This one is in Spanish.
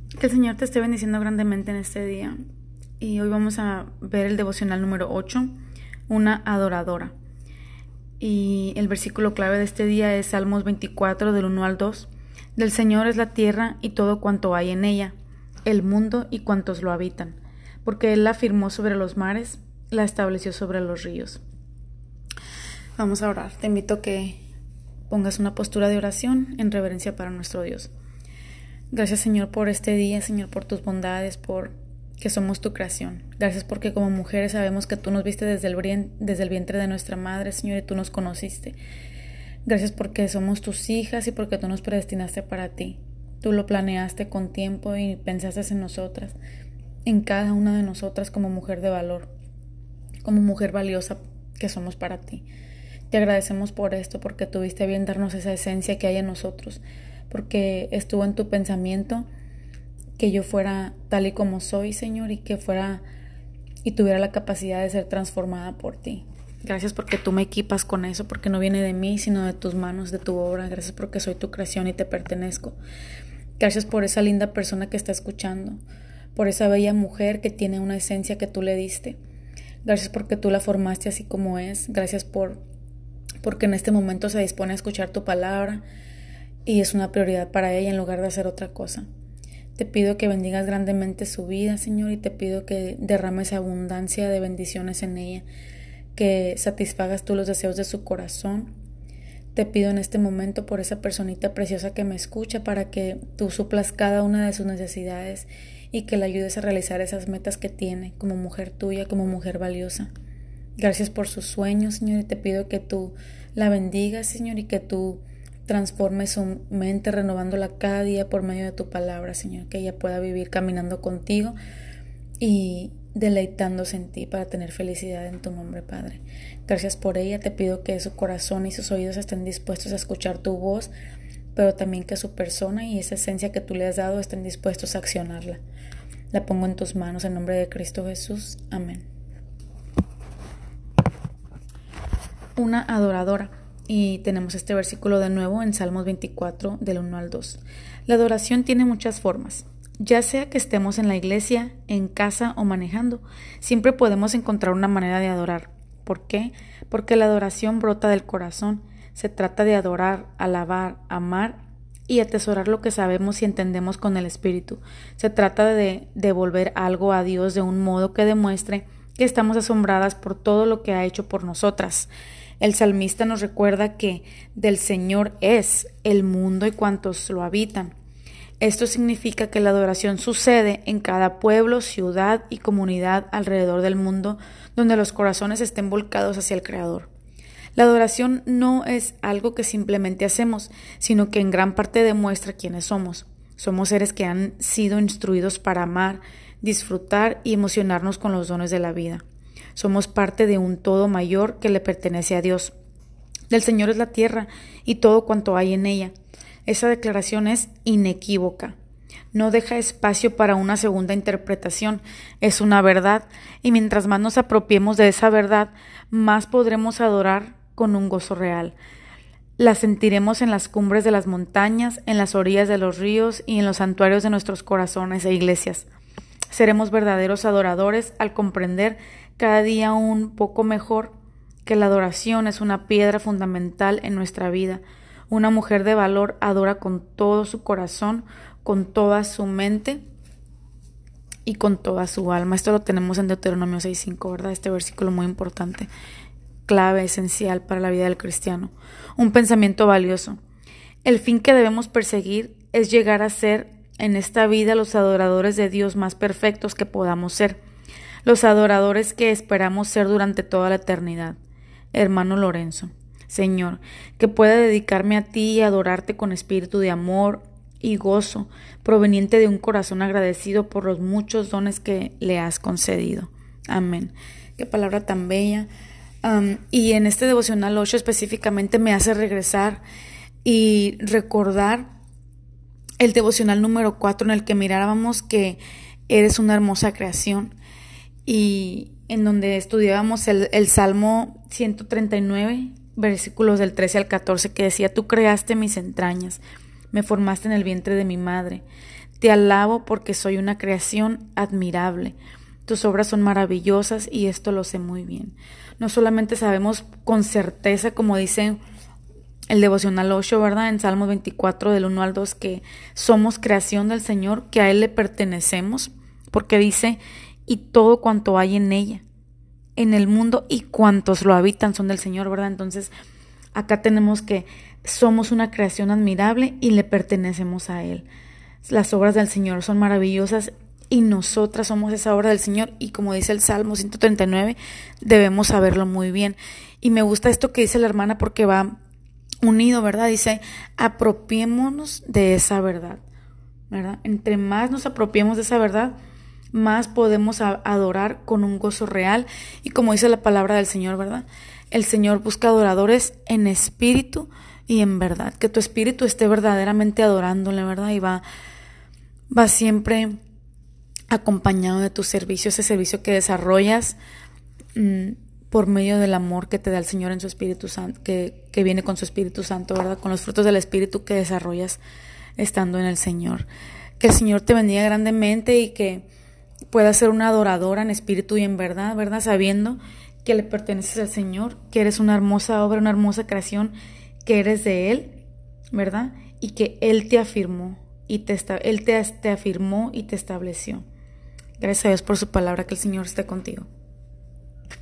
Que el Señor te esté bendiciendo grandemente en este día. Y hoy vamos a ver el devocional número 8, una adoradora. Y el versículo clave de este día es Salmos 24 del 1 al 2. Del Señor es la tierra y todo cuanto hay en ella, el mundo y cuantos lo habitan, porque Él la firmó sobre los mares, la estableció sobre los ríos. Vamos a orar. Te invito a que pongas una postura de oración en reverencia para nuestro Dios. Gracias, Señor, por este día, Señor, por tus bondades, por que somos tu creación. Gracias porque como mujeres sabemos que tú nos viste desde el vientre de nuestra madre, Señor, y tú nos conociste. Gracias porque somos tus hijas y porque tú nos predestinaste para ti. Tú lo planeaste con tiempo y pensaste en nosotras, en cada una de nosotras como mujer de valor, como mujer valiosa que somos para ti. Te agradecemos por esto, porque tuviste bien darnos esa esencia que hay en nosotros, porque estuvo en tu pensamiento que yo fuera tal y como soy, Señor, y que fuera y tuviera la capacidad de ser transformada por ti. Gracias porque tú me equipas con eso, porque no viene de mí, sino de tus manos, de tu obra. Gracias porque soy tu creación y te pertenezco. Gracias por esa linda persona que está escuchando, por esa bella mujer que tiene una esencia que tú le diste. Gracias porque tú la formaste así como es. Gracias porque en este momento se dispone a escuchar tu palabra y es una prioridad para ella en lugar de hacer otra cosa. Te pido que bendigas grandemente su vida, Señor, y te pido que derrames abundancia de bendiciones en ella, que satisfagas tú los deseos de su corazón. Te pido en este momento por esa personita preciosa que me escucha, para que tú suplas cada una de sus necesidades y que la ayudes a realizar esas metas que tiene como mujer tuya, como mujer valiosa. Gracias por sus sueños, Señor, y te pido que tú la bendigas, Señor, y que tú transformes su mente, renovándola cada día por medio de tu palabra, Señor, que ella pueda vivir caminando contigo y deleitándose en ti para tener felicidad en tu nombre, Padre. Gracias por ella. Te pido que su corazón y sus oídos estén dispuestos a escuchar tu voz, pero también que su persona y esa esencia que tú le has dado estén dispuestos a accionarla. La pongo en tus manos en nombre de Cristo Jesús. Amén. Una adoradora. Y tenemos este versículo de nuevo en Salmos 24 del 1 al 2. La adoración tiene muchas formas. Ya sea que estemos en la iglesia, en casa o manejando, siempre podemos encontrar una manera de adorar. ¿Por qué? Porque la adoración brota del corazón. Se trata de adorar, alabar, amar y atesorar lo que sabemos y entendemos con el Espíritu. Se trata de devolver algo a Dios de un modo que demuestre que estamos asombradas por todo lo que ha hecho por nosotras. El salmista nos recuerda que del Señor es el mundo y cuantos lo habitan. Esto significa que la adoración sucede en cada pueblo, ciudad y comunidad alrededor del mundo donde los corazones estén volcados hacia el Creador. La adoración no es algo que simplemente hacemos, sino que en gran parte demuestra quiénes somos. Somos seres que han sido instruidos para amar, disfrutar y emocionarnos con los dones de la vida. Somos parte de un todo mayor que le pertenece a Dios. Del Señor es la tierra y todo cuanto hay en ella. Esa declaración es inequívoca. No deja espacio para una segunda interpretación. Es una verdad, y mientras más nos apropiemos de esa verdad, más podremos adorar con un gozo real. La sentiremos en las cumbres de las montañas, en las orillas de los ríos y en los santuarios de nuestros corazones e iglesias. Seremos verdaderos adoradores al comprender cada día un poco mejor que la adoración es una piedra fundamental en nuestra vida. Una mujer de valor adora con todo su corazón, con toda su mente y con toda su alma. Esto lo tenemos en Deuteronomio 6:5, ¿verdad? Este versículo muy importante, clave, esencial para la vida del cristiano. Un pensamiento valioso. El fin que debemos perseguir es llegar a ser en esta vida los adoradores de Dios más perfectos que podamos ser, los adoradores que esperamos ser durante toda la eternidad. Hermano Lorenzo, Señor, que pueda dedicarme a ti y adorarte con espíritu de amor y gozo, proveniente de un corazón agradecido por los muchos dones que le has concedido. Amén. Qué palabra tan bella. Y en este devocional 8 específicamente me hace regresar y recordar el devocional número 4, en el que mirábamos que eres una hermosa creación, y en donde estudiábamos el Salmo 139, versículos del 13 al 14, que decía: Tú creaste mis entrañas, me formaste en el vientre de mi madre. Te alabo porque soy una creación admirable. Tus obras son maravillosas y esto lo sé muy bien. No solamente sabemos con certeza, como dice el devocional 8, ¿verdad? En Salmos 24 del 1 al 2, que somos creación del Señor, que a Él le pertenecemos, porque dice, y todo cuanto hay en ella, en el mundo y cuantos lo habitan son del Señor, ¿verdad? Entonces, acá tenemos que somos una creación admirable y le pertenecemos a Él. Las obras del Señor son maravillosas y nosotras somos esa obra del Señor, y como dice el Salmo 139, debemos saberlo muy bien. Y me gusta esto que dice la hermana porque va unido, ¿verdad? Dice, apropiémonos de esa verdad, ¿verdad? Entre más nos apropiemos de esa verdad, más podemos adorar con un gozo real. Y como dice la palabra del Señor, ¿verdad? El Señor busca adoradores en espíritu y en verdad. Que tu espíritu esté verdaderamente adorándole, ¿verdad? Y va siempre acompañado de tu servicio, ese servicio que desarrollas por medio del amor que te da el Señor en su Espíritu Santo, que viene con su Espíritu Santo, ¿verdad? Con los frutos del Espíritu que desarrollas estando en el Señor. Que el Señor te bendiga grandemente y que puedas ser una adoradora en espíritu y en verdad, ¿verdad? Sabiendo que le perteneces al Señor, que eres una hermosa obra, una hermosa creación, que eres de Él, ¿verdad? Y que Él te afirmó y Él te afirmó y te estableció. Gracias a Dios por su palabra, que el Señor esté contigo.